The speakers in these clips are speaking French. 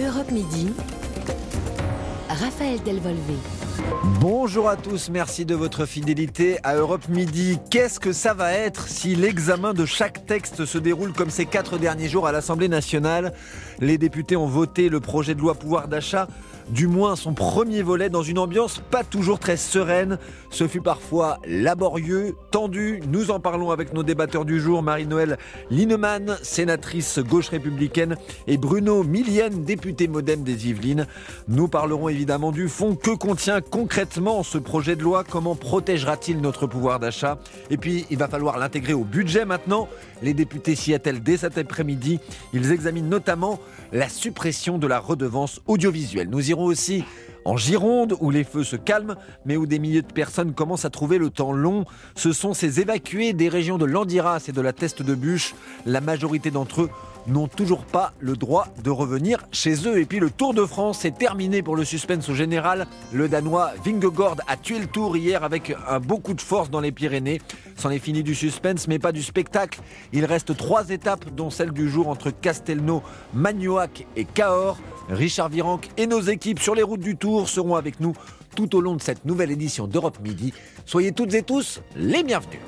Europe Midi, Raphaël Delvolvé. Bonjour à tous, merci de votre fidélité à Europe Midi. Qu'est-ce que ça va être si l'examen de chaque texte se déroule comme ces 4 derniers jours à l'Assemblée nationale ? Les députés ont voté le projet de loi pouvoir d'achat, du moins son premier volet, dans une ambiance pas toujours très sereine. Ce fut parfois laborieux, tendu. Nous en parlons avec nos débatteurs du jour, Marie-Noëlle Lienemann, sénatrice gauche républicaine, et Bruno Millienne, député MoDem des Yvelines. Nous parlerons évidemment du fond. Que contient concrètement ce projet de loi ? Comment protégera-t-il notre pouvoir d'achat ? Et puis, il va falloir l'intégrer au budget maintenant. Les députés s'y attellent dès cet après-midi. Ils examinent notamment la suppression de la redevance audiovisuelle. Nous irons aussi en Gironde, où les feux se calment, mais où des milliers de personnes commencent à trouver le temps long. Ce sont ces évacués des régions de Landiras et de la Teste de Buch. La majorité d'entre eux n'ont toujours pas le droit de revenir chez eux. Et puis le Tour de France est terminé pour le suspense au général. Le Danois Vingegaard a tué le Tour hier avec un beau coup de force dans les Pyrénées. C'en est fini du suspense, mais pas du spectacle. Il reste 3 étapes, dont celle du jour entre Castelnau, Magnoac et Cahors. Richard Virenque et nos équipes sur les routes du Tour seront avec nous tout au long de cette nouvelle édition d'Europe Midi. Soyez toutes et tous les bienvenus.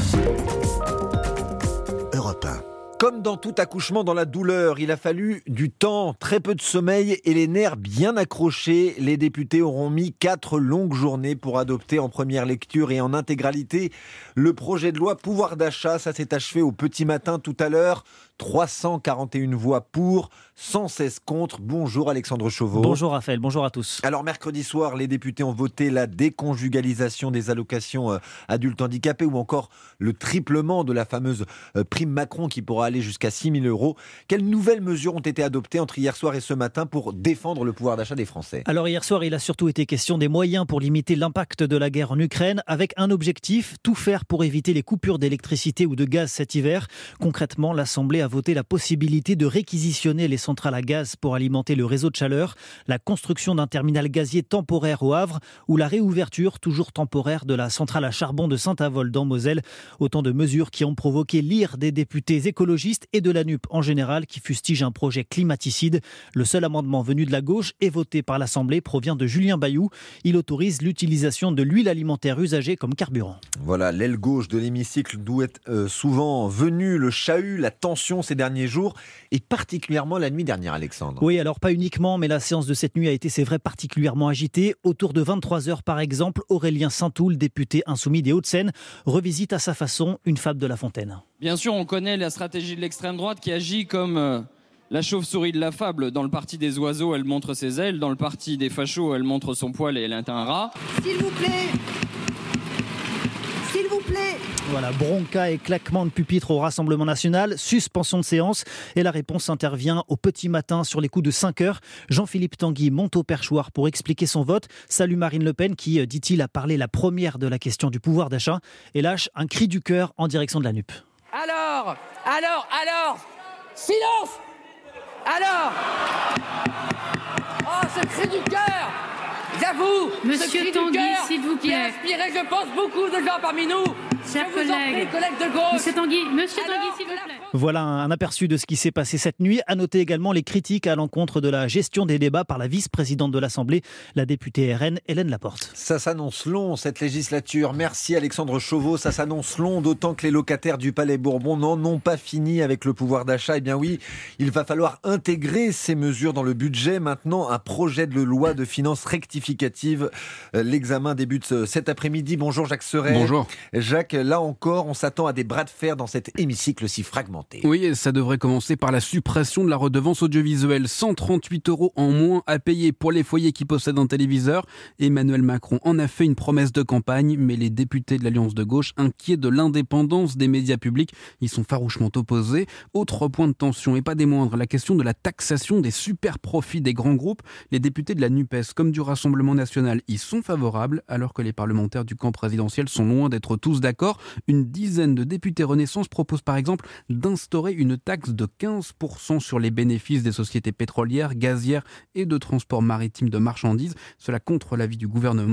Europe 1. Comme dans tout accouchement dans la douleur, il a fallu du temps, très peu de sommeil et les nerfs bien accrochés. Les députés auront mis 4 longues journées pour adopter en première lecture et en intégralité le projet de loi pouvoir d'achat. Ça s'est achevé au petit matin tout à l'heure. 341 voix pour, 116 contre. Bonjour Alexandre Chauveau. Bonjour Raphaël, bonjour à tous. Alors mercredi soir, les députés ont voté la déconjugalisation des allocations adultes handicapés ou encore le triplement de la fameuse prime Macron qui pourra aller jusqu'à 6 000 €. Quelles nouvelles mesures ont été adoptées entre hier soir et ce matin pour défendre le pouvoir d'achat des Français ? Alors hier soir, il a surtout été question des moyens pour limiter l'impact de la guerre en Ukraine avec un objectif, tout faire pour éviter les coupures d'électricité ou de gaz cet hiver. Concrètement, l'Assemblée a voté la possibilité de réquisitionner les centrales à gaz pour alimenter le réseau de chaleur, la construction d'un terminal gazier temporaire au Havre ou la réouverture, toujours temporaire, de la centrale à charbon de Saint-Avold dans Moselle. Autant de mesures qui ont provoqué l'ire des députés écologistes et de la NUP en général qui fustigent un projet climaticide. Le seul amendement venu de la gauche et voté par l'Assemblée provient de Julien Bayou. Il autorise l'utilisation de l'huile alimentaire usagée comme carburant. Voilà, l'aile gauche de l'hémicycle d'où est souvent venu le chahut, la tension ces derniers jours et particulièrement la nuit dernière, Alexandre. Oui, alors pas uniquement, mais la séance de cette nuit a été, c'est vrai, particulièrement agitée. Autour de 23h par exemple, Aurélien Saint-Toul, député insoumis des Hauts-de-Seine, revisite à sa façon une fable de La Fontaine. Bien sûr, on connaît la stratégie de l'extrême droite qui agit comme la chauve-souris de la fable. Dans le parti des oiseaux, elle montre ses ailes. Dans le parti des fachos, elle montre son poil et elle est un rat. S'il vous plaît. S'il vous plaît. Voilà, bronca et claquement de pupitre au Rassemblement national, suspension de séance et la réponse intervient au petit matin sur les coups de 5h. Jean-Philippe Tanguy monte au perchoir pour expliquer son vote. Salue Marine Le Pen qui, dit-il, a parlé la première de la question du pouvoir d'achat et lâche un cri du cœur en direction de la NUP. Alors, silence. Alors, oh, ce cri du cœur. J'avoue, Monsieur Tanguy, s'il vous plaît. Qui a inspiré, je pense, beaucoup de gens parmi nous. Chers collègues de gauche. Monsieur Tanguy, s'il vous plaît. Voilà un aperçu de ce qui s'est passé cette nuit. À noter également les critiques à l'encontre de la gestion des débats par la vice-présidente de l'Assemblée, la députée RN, Hélène Laporte. Ça s'annonce long cette législature. Merci Alexandre Chauveau. Ça s'annonce long, d'autant que les locataires du Palais Bourbon n'en ont pas fini avec le pouvoir d'achat. Eh bien oui, il va falloir intégrer ces mesures dans le budget. Maintenant, un projet de loi de finances rectificative. L'examen débute cet après-midi. Bonjour Jacques Serret. Bonjour. Jacques, là encore, on s'attend à des bras de fer dans cet hémicycle si fragmenté. Oui, et ça devrait commencer par la suppression de la redevance audiovisuelle. 138 € en moins à payer pour les foyers qui possèdent un téléviseur. Emmanuel Macron en a fait une promesse de campagne, mais les députés de l'Alliance de gauche, inquiets de l'indépendance des médias publics, y sont farouchement opposés. Autre point de tension, et pas des moindres, la question de la taxation des super profits des grands groupes. Les députés de la NUPES comme du Rassemblement national y sont favorables, alors que les parlementaires du camp présidentiel sont loin d'être tous d'accord. Une dizaine de députés Renaissance proposent par exemple d'instaurer une taxe de 15% sur les bénéfices des sociétés pétrolières, gazières et de transport maritime de marchandises. Cela contre l'avis du gouvernement.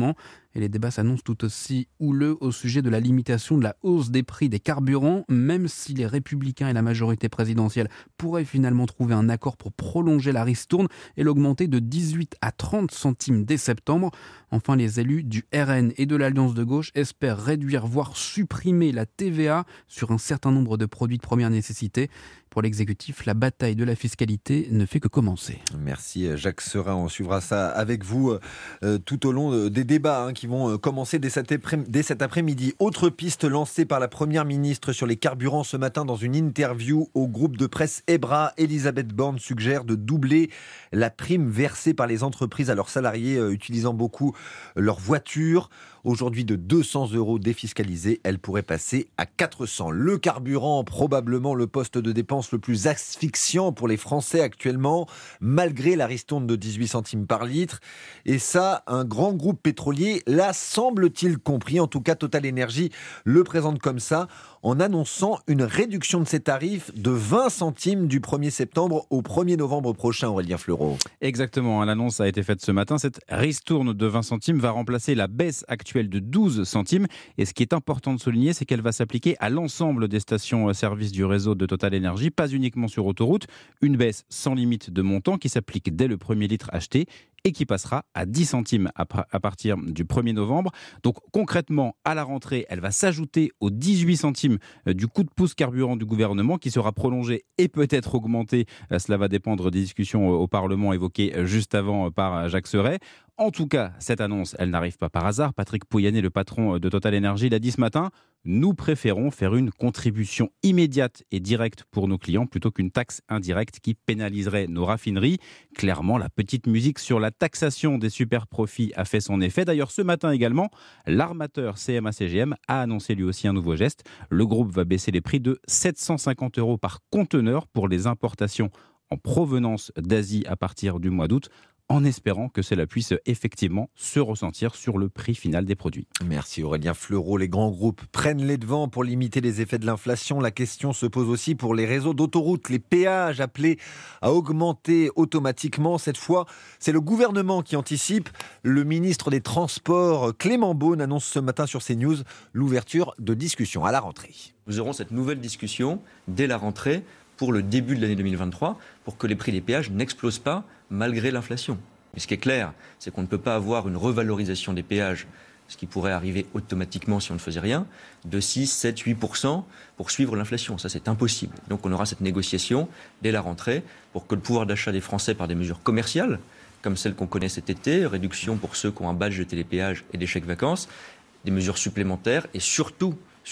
Et les débats s'annoncent tout aussi houleux au sujet de la limitation de la hausse des prix des carburants, même si les Républicains et la majorité présidentielle pourraient finalement trouver un accord pour prolonger la ristourne et l'augmenter de 18 à 30 centimes dès septembre. Enfin, les élus du RN et de l'Alliance de gauche espèrent réduire, voire supprimer la TVA sur un certain nombre de produits de première nécessité. Pour l'exécutif, la bataille de la fiscalité ne fait que commencer. Merci Jacques Serin, on suivra ça avec vous tout au long des débats qui vont commencer dès cet après-midi. Autre piste lancée par la Première ministre sur les carburants ce matin dans une interview au groupe de presse EBRA, Elisabeth Borne suggère de doubler la prime versée par les entreprises à leurs salariés utilisant beaucoup leur voiture. Aujourd'hui de 200 € défiscalisés, elle pourrait passer à 400. Le carburant, probablement le poste de dépense le plus asphyxiant pour les Français actuellement, malgré la ristourne de 18 centimes par litre. Et ça, un grand groupe pétrolier l'a semble-t-il compris. En tout cas, Total Energy le présente comme ça, en annonçant une réduction de ses tarifs de 20 centimes du 1er septembre au 1er novembre prochain, Aurélien Fleureau. Exactement, l'annonce a été faite ce matin. Cette ristourne de 20 centimes va remplacer la baisse actuelle de 12 centimes. Et ce qui est important de souligner, c'est qu'elle va s'appliquer à l'ensemble des stations-service du réseau de Total Energy, pas uniquement sur autoroute. Une baisse sans limite de montant qui s'applique dès le premier litre acheté et qui passera à 10 centimes à partir du 1er novembre. Donc concrètement, à la rentrée, elle va s'ajouter aux 18 centimes du coup de pouce carburant du gouvernement qui sera prolongé et peut-être augmenté. Cela va dépendre des discussions au Parlement évoquées juste avant par Jacques Seray. En tout cas, cette annonce, elle n'arrive pas par hasard. Patrick Pouyanné, le patron de Total Energy, l'a dit ce matin. Nous préférons faire une contribution immédiate et directe pour nos clients plutôt qu'une taxe indirecte qui pénaliserait nos raffineries. Clairement, la petite musique sur la taxation des super profits a fait son effet. D'ailleurs, ce matin également, l'armateur CMA-CGM a annoncé lui aussi un nouveau geste. Le groupe va baisser les prix de 750 € par conteneur pour les importations en provenance d'Asie à partir du mois d'août, en espérant que cela puisse effectivement se ressentir sur le prix final des produits. Merci Aurélien Fleureau. Les grands groupes prennent les devants pour limiter les effets de l'inflation. La question se pose aussi pour les réseaux d'autoroutes, les péages appelés à augmenter automatiquement. Cette fois, c'est le gouvernement qui anticipe. Le ministre des Transports, Clément Beaune, annonce ce matin sur CNews l'ouverture de discussions à la rentrée. Nous aurons cette nouvelle discussion dès la rentrée pour le début de l'année 2023, pour que les prix des péages n'explosent pas malgré l'inflation. Mais ce qui est clair, c'est qu'on ne peut pas avoir une revalorisation des péages, ce qui pourrait arriver automatiquement si on ne faisait rien, de 6, 7, 8% pour suivre l'inflation. Ça, c'est impossible. Donc on aura cette négociation dès la rentrée pour que le pouvoir d'achat des Français par des mesures commerciales, comme celles qu'on connaît cet été, réduction pour ceux qui ont un badge de télépéage et des chèques vacances, des mesures supplémentaires et surtout,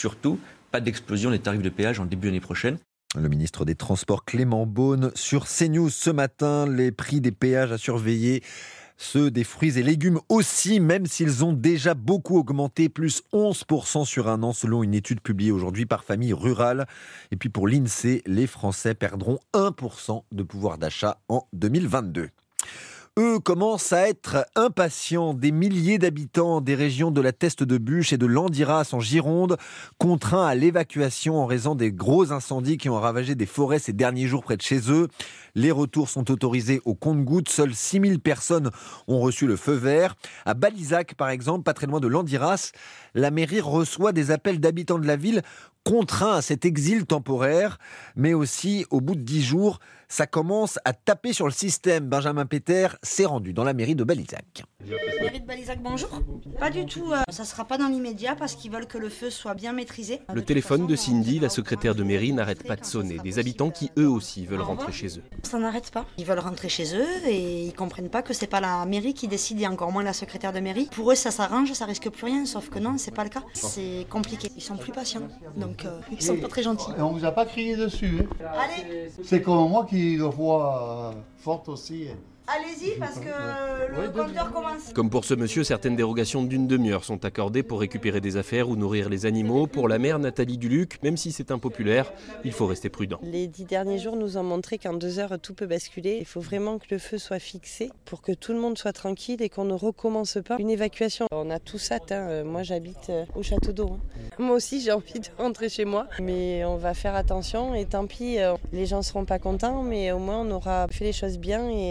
pas d'explosion des tarifs de péage en début d'année prochaine. Le ministre des Transports Clément Beaune sur CNews ce matin, les prix des péages à surveiller, ceux des fruits et légumes aussi, même s'ils ont déjà beaucoup augmenté, plus 11% sur un an selon une étude publiée aujourd'hui par Famille Rurale. Et puis pour l'INSEE, les Français perdront 1% de pouvoir d'achat en 2022. Eux commencent à être impatients. Des milliers d'habitants des régions de la Teste de Buch et de Landiras en Gironde, contraints à l'évacuation en raison des gros incendies qui ont ravagé des forêts ces derniers jours près de chez eux. Les retours sont autorisés au compte-gouttes. Seules 6000 personnes ont reçu le feu vert. À Balizac, par exemple, pas très loin de Landiras, la mairie reçoit des appels d'habitants de la ville contraints à cet exil temporaire. Mais aussi, au bout de 10 jours, ça commence à taper sur le système. Benjamin Péter s'est rendu dans la mairie de Balizac. Mairie de Balizac, bonjour. Pas du tout, ça sera pas dans l'immédiat parce qu'ils veulent que le feu soit bien maîtrisé. Le téléphone de Cindy, la secrétaire de mairie, n'arrête pas de sonner. Des habitants qui eux aussi veulent rentrer chez eux. Ça n'arrête pas. Ils veulent rentrer chez eux et ils comprennent pas que c'est pas la mairie qui décide et encore moins la secrétaire de mairie. Pour eux ça s'arrange, ça risque plus rien, sauf que non, c'est pas le cas. C'est compliqué. Ils sont plus patients, donc ils sont pas très gentils. Et on vous a pas crié dessus. Allez. C'est comme moi qui le vois forte aussi. Allez-y parce que le compteur commence. Comme pour ce monsieur, certaines dérogations d'une demi-heure sont accordées pour récupérer des affaires ou nourrir les animaux. Pour la mère Nathalie Duluc, même si c'est impopulaire, il faut rester prudent. Les 10 derniers jours nous ont montré qu'en 2 heures tout peut basculer. Il faut vraiment que le feu soit fixé pour que tout le monde soit tranquille et qu'on ne recommence pas une évacuation. On a tous hâte, Moi j'habite au château d'eau. Moi aussi j'ai envie de rentrer chez moi, mais on va faire attention et tant pis, les gens seront pas contents, mais au moins on aura fait les choses bien et je comprends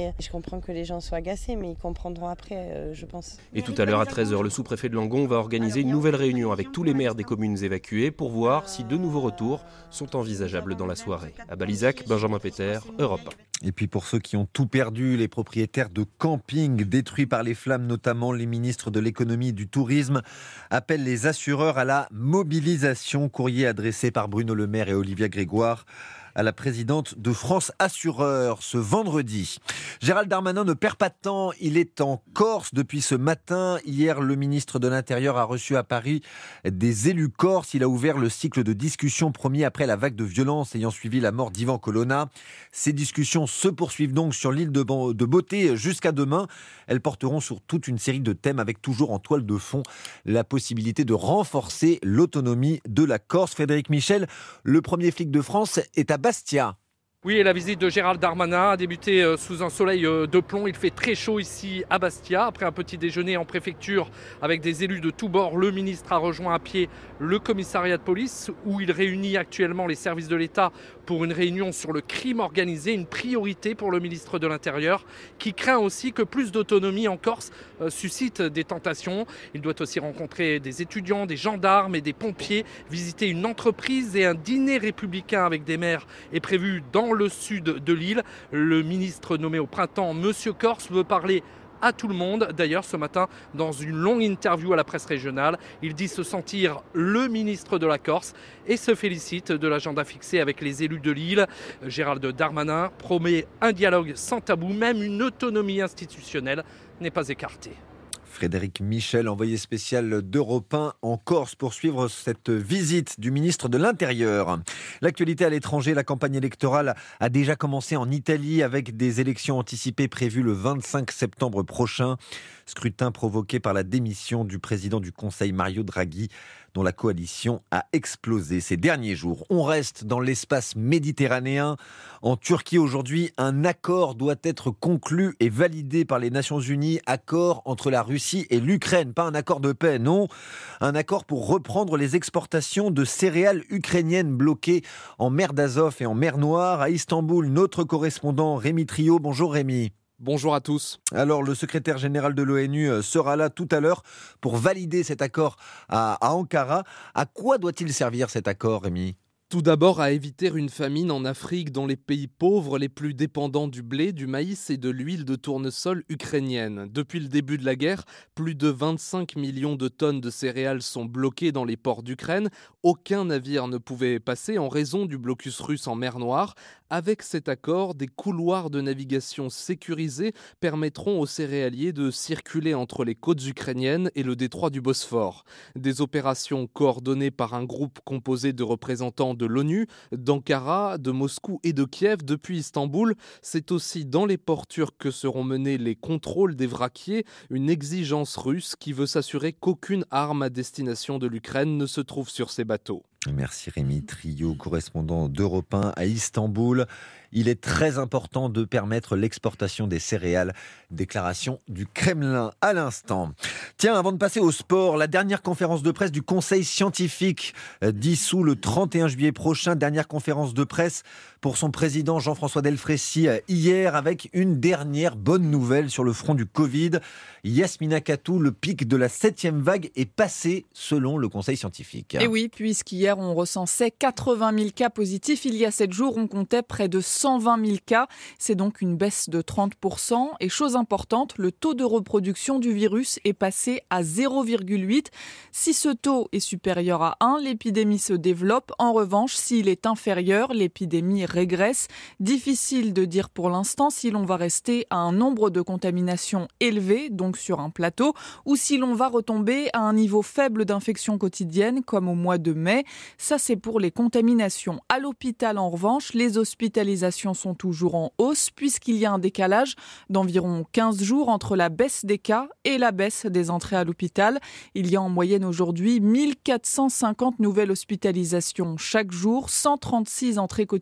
comprends que les gens soient agacés, mais ils comprendront après, je pense. Et tout à l'heure à 13h, le sous-préfet de Langon va organiser une nouvelle réunion avec tous les maires des communes évacuées pour voir si de nouveaux retours sont envisageables dans la soirée. À Balizac, Benjamin Péter, Europe 1. Et puis pour ceux qui ont tout perdu, les propriétaires de campings détruits par les flammes, notamment les ministres de l'économie et du tourisme, appellent les assureurs à la mobilisation. Courrier adressé par Bruno Le Maire et Olivia Grégoire à la présidente de France Assureurs ce vendredi. Gérald Darmanin ne perd pas de temps, il est en Corse depuis ce matin. Hier, le ministre de l'Intérieur a reçu à Paris des élus corses. Il a ouvert le cycle de discussions promis après la vague de violence ayant suivi la mort d'Ivan Colonna. Ces discussions se poursuivent donc sur l'île de Beauté jusqu'à demain. Elles porteront sur toute une série de thèmes avec toujours en toile de fond la possibilité de renforcer l'autonomie de la Corse. Frédéric Michel, le premier flic de France, est à Bastia. Oui, et la visite de Gérald Darmanin a débuté sous un soleil de plomb. Il fait très chaud ici à Bastia. Après un petit déjeuner en préfecture avec des élus de tous bords, le ministre a rejoint à pied le commissariat de police où il réunit actuellement les services de l'État pour une réunion sur le crime organisé, une priorité pour le ministre de l'Intérieur qui craint aussi que plus d'autonomie en Corse suscite des tentations. Il doit aussi rencontrer des étudiants, des gendarmes et des pompiers, visiter une entreprise et un dîner républicain avec des maires est prévu dans le sud de l'île. Le ministre nommé au printemps, Monsieur Corse, veut parler à tout le monde. D'ailleurs, ce matin, dans une longue interview à la presse régionale, il dit se sentir le ministre de la Corse et se félicite de l'agenda fixé avec les élus de l'île. Gérald Darmanin promet un dialogue sans tabou, même une autonomie institutionnelle n'est pas écartée. Frédéric Michel, envoyé spécial d'Europe 1 en Corse pour suivre cette visite du ministre de l'Intérieur. L'actualité à l'étranger, la campagne électorale a déjà commencé en Italie avec des élections anticipées prévues le 25 septembre prochain. Scrutin provoqué par la démission du président du Conseil Mario Draghi, dont la coalition a explosé ces derniers jours. On reste dans l'espace méditerranéen. En Turquie aujourd'hui, un accord doit être conclu et validé par les Nations Unies. Accord entre la Russie et l'Ukraine. Pas un accord de paix, non. Un accord pour reprendre les exportations de céréales ukrainiennes bloquées en mer d'Azov et en mer Noire. À Istanbul, notre correspondant Rémi Trio. Bonjour Rémi. Bonjour à tous. Alors, le secrétaire général de l'ONU sera là tout à l'heure pour valider cet accord à Ankara. À quoi doit-il servir cet accord, Rémi ? Tout d'abord à éviter une famine en Afrique dans les pays pauvres les plus dépendants du blé, du maïs et de l'huile de tournesol ukrainienne. Depuis le début de la guerre, plus de 25 millions de tonnes de céréales sont bloquées dans les ports d'Ukraine. Aucun navire ne pouvait passer en raison du blocus russe en mer Noire. Avec cet accord, des couloirs de navigation sécurisés permettront aux céréaliers de circuler entre les côtes ukrainiennes et le détroit du Bosphore. Des opérations coordonnées par un groupe composé de représentants de l'ONU, d'Ankara, de Moscou et de Kiev depuis Istanbul. C'est aussi dans les ports turcs que seront menés les contrôles des vraquiers, une exigence russe qui veut s'assurer qu'aucune arme à destination de l'Ukraine ne se trouve sur ces bateaux. Merci Rémi Trio, correspondant d'Europe 1 à Istanbul. Il est très important de permettre l'exportation des céréales. Déclaration du Kremlin à l'instant. Tiens, avant de passer au sport, la dernière conférence de presse du Conseil scientifique dissous le 31 juillet prochain. Dernière conférence de presse pour son président Jean-François Delfraissy hier avec une dernière bonne nouvelle sur le front du Covid. Yasmina Katou, le pic de la 7e vague est passé selon le Conseil scientifique. Et oui, puisqu'hier on recensait 80 000 cas positifs, il y a 7 jours on comptait près de 120 000 cas. C'est donc une baisse de 30%. Et chose importante, le taux de reproduction du virus est passé à 0,8. Si ce taux est supérieur à 1, l'épidémie se développe. En revanche, s'il est inférieur, l'épidémie régresse. Difficile de dire pour l'instant si l'on va rester à un nombre de contaminations élevé, donc sur un plateau, ou si l'on va retomber à un niveau faible d'infection quotidienne, comme au mois de mai. Ça, c'est pour les contaminations. À l'hôpital, en revanche, les hospitalisations sont toujours en hausse, puisqu'il y a un décalage d'environ 15 jours entre la baisse des cas et la baisse des entrées à l'hôpital. Il y a en moyenne aujourd'hui 1450 nouvelles hospitalisations chaque jour, 136 entrées quotidiennes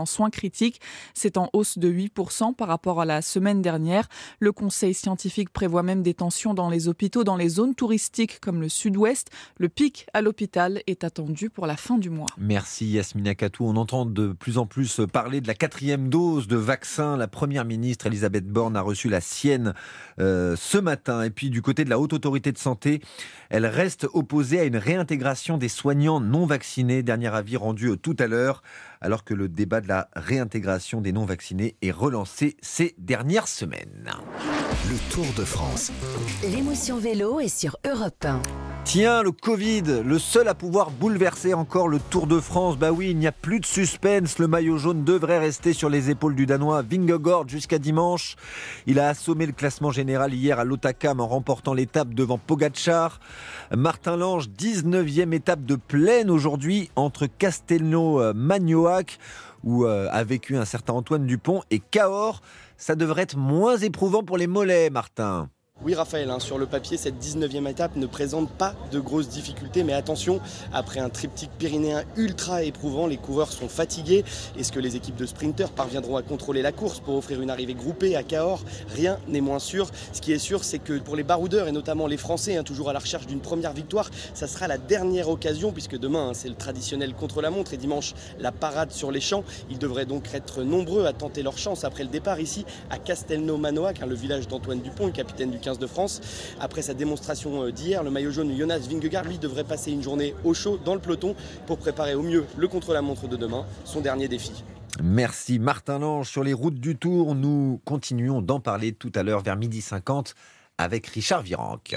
en soins critiques. C'est en hausse de 8% par rapport à la semaine dernière. Le conseil scientifique prévoit même des tensions dans les hôpitaux, dans les zones touristiques comme le sud-ouest. Le pic à l'hôpital est attendu pour la fin du mois. Merci Yasmina Katou. On entend de plus en plus parler de la 4e dose de vaccin. La première ministre Elisabeth Borne a reçu la sienne ce matin. Et puis du côté de la Haute Autorité de Santé, elle reste opposée à une réintégration des soignants non vaccinés. Dernier avis rendu tout à l'heure, alors que le débat de la réintégration des non vaccinés est relancé ces dernières semaines. Le Tour de France. L'émotion vélo est sur Europe 1. Tiens, le Covid, le seul à pouvoir bouleverser encore le Tour de France. Bah oui, il n'y a plus de suspense. Le maillot jaune devrait rester sur les épaules du Danois Vingegaard jusqu'à dimanche. Il a assommé le classement général hier à l'Otakam en remportant l'étape devant Pogačar. Martin Lange, 19e étape de plaine aujourd'hui entre Castelnau-Magnoac, où a vécu un certain Antoine Dupont, et Cahors. Ça devrait être moins éprouvant pour les mollets, Martin. Oui Raphaël, sur le papier, cette 19e étape ne présente pas de grosses difficultés, mais attention, après un triptyque pyrénéen ultra éprouvant, les coureurs sont fatigués. Est-ce que les équipes de sprinteurs parviendront à contrôler la course pour offrir une arrivée groupée à Cahors? Rien n'est moins sûr. Ce qui est sûr, c'est que pour les baroudeurs, et notamment les Français, toujours à la recherche d'une première victoire, ça sera la dernière occasion, puisque demain, c'est le traditionnel contre-la-montre, et dimanche, la parade sur les champs. Ils devraient donc être nombreux à tenter leur chance après le départ ici à Castelnau-Magnoac, le village d'Antoine Dupont, le capitaine du 15 de France. Après sa démonstration d'hier, le maillot jaune Jonas Vingegaard, lui, devrait passer une journée au chaud dans le peloton pour préparer au mieux le contre-la-montre de demain, son dernier défi. Merci Martin Lange. Sur les routes du Tour, nous continuons d'en parler tout à l'heure vers 12h50 avec Richard Virenque.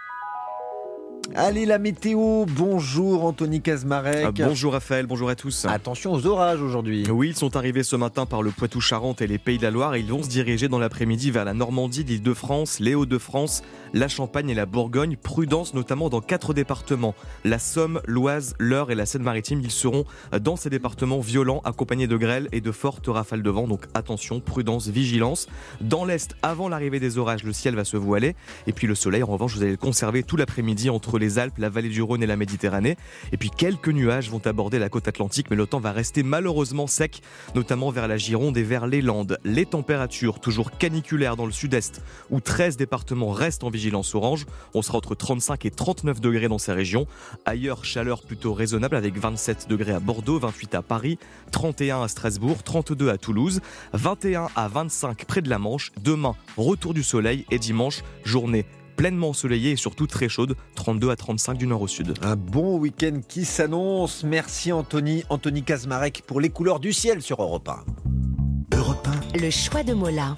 Allez, la météo. Bonjour Anthony Kazmarek. Bonjour Raphaël, bonjour à tous. Attention aux orages aujourd'hui. Oui, ils sont arrivés ce matin par le Poitou-Charentes et les Pays de la Loire et ils vont se diriger dans l'après-midi vers la Normandie, l'Île-de-France, les Hauts-de-France, la Champagne et la Bourgogne. Prudence notamment dans 4 départements. La Somme, l'Oise, l'Eure et la Seine-Maritime. Ils seront dans ces départements violents, accompagnés de grêle et de fortes rafales de vent. Donc attention, prudence, vigilance. Dans l'Est, avant l'arrivée des orages, le ciel va se voiler. Et puis le soleil, en revanche, vous allez le conserver tout l'après-midi entre les Alpes, la vallée du Rhône et la Méditerranée. Et puis quelques nuages vont aborder la côte atlantique, mais le temps va rester malheureusement sec, notamment vers la Gironde et vers les Landes. Les températures toujours caniculaires dans le sud-est, où 13 départements restent en vigilance orange. On sera entre 35 et 39 degrés dans ces régions. Ailleurs, chaleur plutôt raisonnable avec 27 degrés à Bordeaux, 28 à Paris, 31 à Strasbourg, 32 à Toulouse, 21 à 25 près de la Manche. Demain, retour du soleil et dimanche, journée pleinement ensoleillée et surtout très chaude, 32 à 35 du nord au sud. Un bon week-end qui s'annonce. Merci Anthony Kazmarek pour les couleurs du ciel sur Europe 1. Europe 1. Le choix de Mola.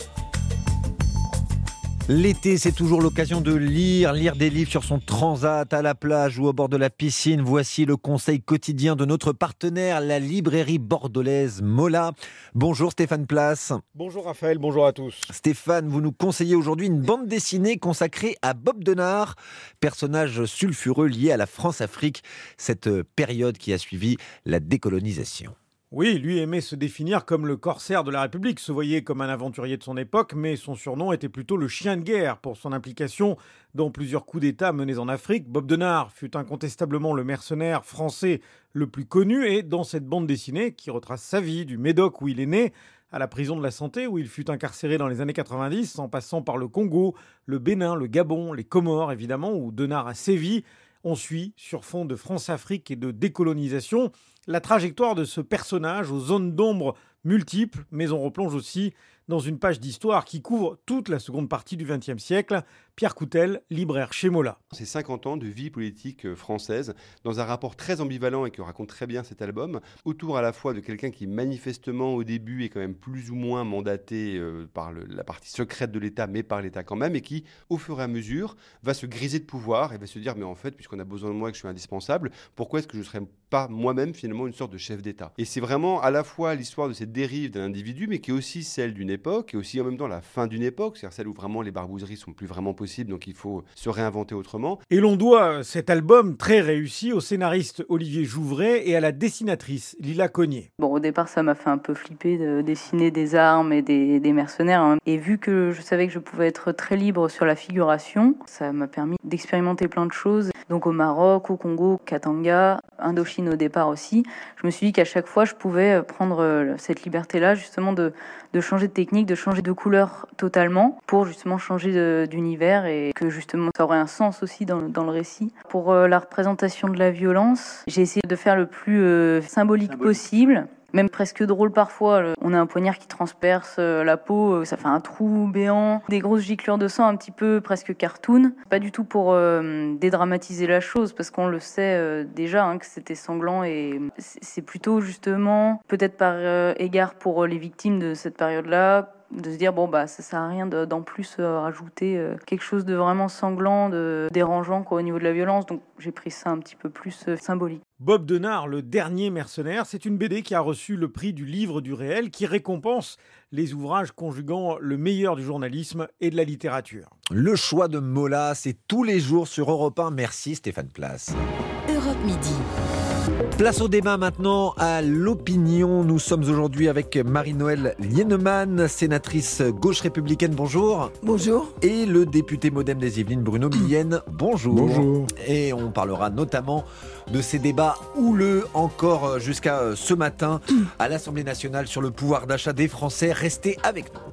L'été, c'est toujours l'occasion de lire des livres sur son transat, à la plage ou au bord de la piscine. Voici le conseil quotidien de notre partenaire, la librairie bordelaise Mola. Bonjour Stéphane Place. Bonjour Raphaël, bonjour à tous. Stéphane, vous nous conseillez aujourd'hui une bande dessinée consacrée à Bob Denard, personnage sulfureux lié à la France-Afrique, cette période qui a suivi la décolonisation. Oui, lui aimait se définir comme le corsaire de la République, se voyait comme un aventurier de son époque, mais son surnom était plutôt le chien de guerre pour son implication dans plusieurs coups d'État menés en Afrique. Bob Denard fut incontestablement le mercenaire français le plus connu et dans cette bande dessinée qui retrace sa vie du Médoc où il est né, à la prison de la Santé où il fut incarcéré dans les années 90, en passant par le Congo, le Bénin, le Gabon, les Comores évidemment, où Denard a sévi. On suit, sur fond de France-Afrique et de décolonisation, la trajectoire de ce personnage aux zones d'ombre multiples, mais on replonge aussi dans une page d'histoire qui couvre toute la seconde partie du XXe siècle. Pierre Coutel, libraire chez Mola. C'est 50 ans de vie politique française, dans un rapport très ambivalent et que raconte très bien cet album, autour à la fois de quelqu'un qui manifestement au début est quand même plus ou moins mandaté par la partie secrète de l'État, mais par l'État quand même, et qui, au fur et à mesure, va se griser de pouvoir et va se dire, mais en fait, puisqu'on a besoin de moi et que je suis indispensable, pourquoi est-ce que je ne serais pas moi-même finalement une sorte de chef d'État? Et c'est vraiment à la fois l'histoire de cette dérive d'un individu, mais qui est aussi celle d'une époque, et aussi en même temps la fin d'une époque, c'est-à-dire celle où vraiment les barbouzeries sont plus vraiment possible, donc il faut se réinventer autrement. Et l'on doit cet album très réussi au scénariste Olivier Jouvray et à la dessinatrice Lila Cognier. Bon, au départ, ça m'a fait un peu flipper de dessiner des armes et des mercenaires. Et vu que je savais que je pouvais être très libre sur la figuration, ça m'a permis d'expérimenter plein de choses. Donc au Maroc, au Congo, Katanga, Indochine au départ aussi. Je me suis dit qu'à chaque fois, je pouvais prendre cette liberté-là, justement, de changer de technique, de changer de couleur totalement, pour justement changer d'univers et que justement, ça aurait un sens aussi dans le récit. Pour la représentation de la violence, j'ai essayé de faire le plus symbolique possible. Même presque drôle parfois. On a un poignard qui transperce la peau, ça fait un trou béant, des grosses giclures de sang un petit peu presque cartoon. Pas du tout pour dédramatiser la chose, parce qu'on le sait déjà que c'était sanglant, et c'est plutôt justement, peut-être par égard pour les victimes de cette période-là, de se dire ça sert à rien d'en plus rajouter quelque chose de vraiment sanglant, de dérangeant au niveau de la violence. Donc j'ai pris ça un petit peu plus symbolique. Bob Denard, le dernier mercenaire, c'est une BD qui a reçu le prix du livre du réel, qui récompense les ouvrages conjuguant le meilleur du journalisme et de la littérature. Le choix de Mola, c'est tous les jours sur Europe 1. Merci Stéphane Place. Europe Midi. Place au débat maintenant, à l'opinion. Nous sommes aujourd'hui avec Marie-Noëlle Lienemann, sénatrice gauche républicaine, bonjour. Bonjour. Et le député MoDem des Yvelines, Bruno Millienne, bonjour. Bonjour. Et on parlera notamment de ces débats houleux encore jusqu'à ce matin à l'Assemblée nationale sur le pouvoir d'achat des Français. Restez avec nous.